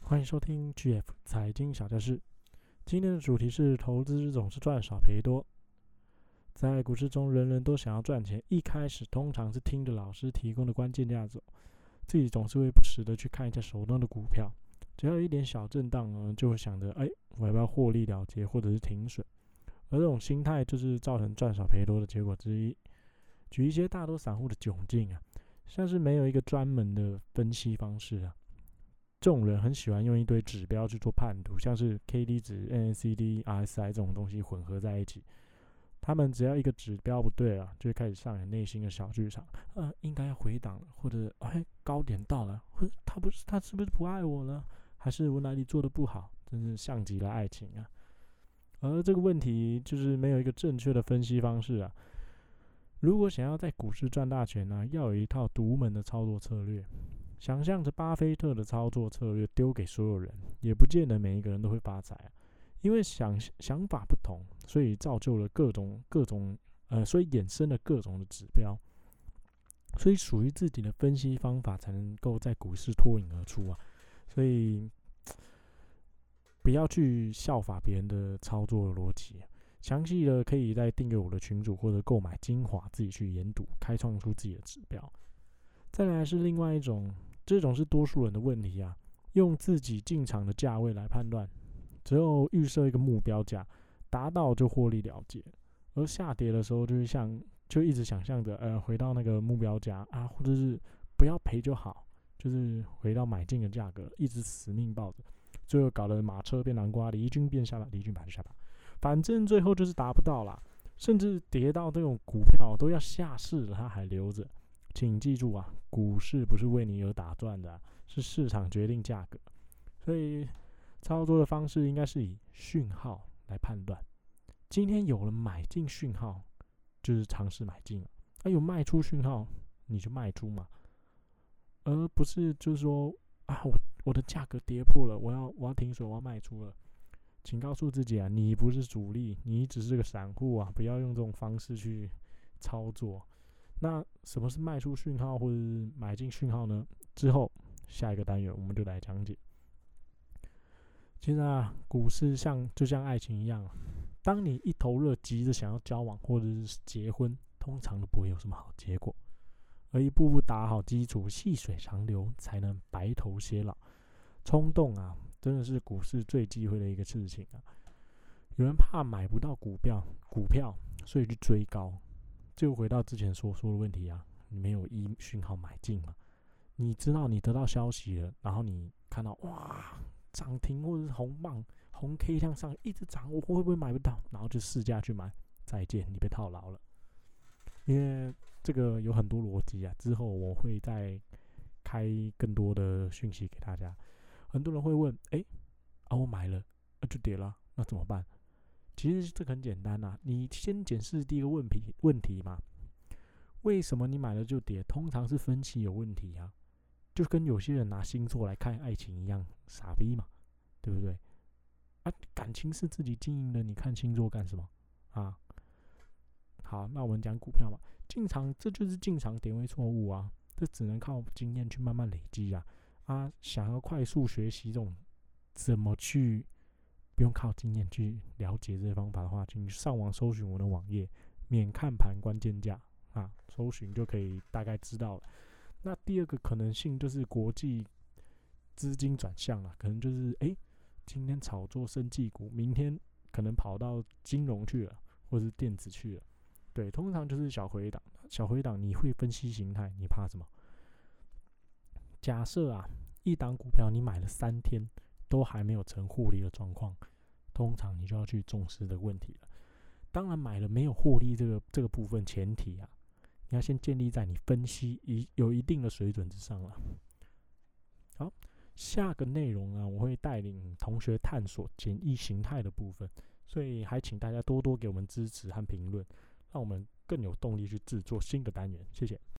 欢迎收听 GF 财经小教室。今天的主题是投资总是赚少赔多。在股市中，人人都想要赚钱，一开始通常是听着老师提供的关键价走，自己总是会不时的去看一下手中的股票，只要有一点小震荡呢，就会想着，我要不要获利了结或者是停损？而这种心态就是造成赚少赔多的结果之一。举一些大多散户的窘境啊，像是没有一个专门的分析方式啊。这种人很喜欢用一堆指标去做判读，像是 KD 值、MACD、RSI 这种东西混合在一起。他们只要一个指标不对啊，就会开始上演内心的小剧场。应该要回档了，或者高点到了，或者他是不是不爱我了？还是我哪里做的不好？真是像极了爱情啊！而这个问题就是没有一个正确的分析方式啊。如果想要在股市赚大钱呢，要有一套独门的操作策略。想象着巴菲特的操作策略丢给所有人，也不见得每一个人都会发财啊。因为想法不同，所以造就了所以衍生了各种的指标，所以属于自己的分析方法才能够在股市脱颖而出啊。所以不要去效法别人的操作逻辑。详细的可以在订阅我的群组或者购买精华，自己去研读，开创出自己的指标。再来是另外一种，这种是多数人的问题啊，用自己进场的价位来判断，只有预设一个目标价，达到就获利了结，而下跌的时候就一直想象着回到那个目标价啊，或者是不要赔就好，就是回到买进的价格，一直死命抱着，最后搞得马车变南瓜，离军变下巴，离军盘下巴，反正最后就是达不到啦，甚至跌到这种股票都要下市了，它还留着。请记住啊，股市不是为你而打转的是市场决定价格。所以操作的方式应该是以讯号来判断。今天有了买进讯号，就是尝试买进了；有卖出讯号，你就卖出嘛，而不是就是说我的价格跌破了，我要停损，我要卖出了。请告诉自己啊，你不是主力，你只是个散户啊，不要用这种方式去操作。那什么是卖出讯号或者是买进讯号呢？之后下一个单元我们就来讲解。其实股市就像爱情一样，当你一头热急着想要交往或者是结婚，通常都不会有什么好结果。而一步步打好基础，细水长流，才能白头偕老。冲动真的是股市最忌讳的一个事情啊。有人怕买不到股票，所以去追高。就回到之前所说的问题啊，你没有依讯号买进嘛？你知道你得到消息了，然后你看到涨停或者是红 K 向上一直涨，我会不会买不到？然后就市价去买，再见，你被套牢了。因为这个有很多逻辑啊，之后我会再开更多的讯息给大家。很多人会问，我买了，就跌了，那怎么办？其实这个很简单你先检视第一个问题嘛，为什么你买了就跌？通常是分析有问题啊，就跟有些人拿星座来看爱情一样，傻逼嘛，对不对？感情是自己经营的，你看星座干什么啊？好，那我们讲股票嘛，这就是进场点位错误啊，这只能靠经验去慢慢累积想要快速学习这种怎么去。不用靠经验去了解这些方法的话，请上网搜寻我的网页，免看盘关键价搜寻就可以大概知道了。那第二个可能性就是国际资金转向了，可能就是今天炒作生技股，明天可能跑到金融去了，或是电子去了。对，通常就是小回档，你会分析形态，你怕什么？假设一档股票你买了3天。都还没有成获利的状况，通常你就要去重视的问题了。当然，买了没有获利这个部分前提你要先建立在你分析有一定的水准之上了。好，下个内容我会带领同学探索简易形态的部分，所以还请大家多多给我们支持和评论，让我们更有动力去制作新的单元。谢谢。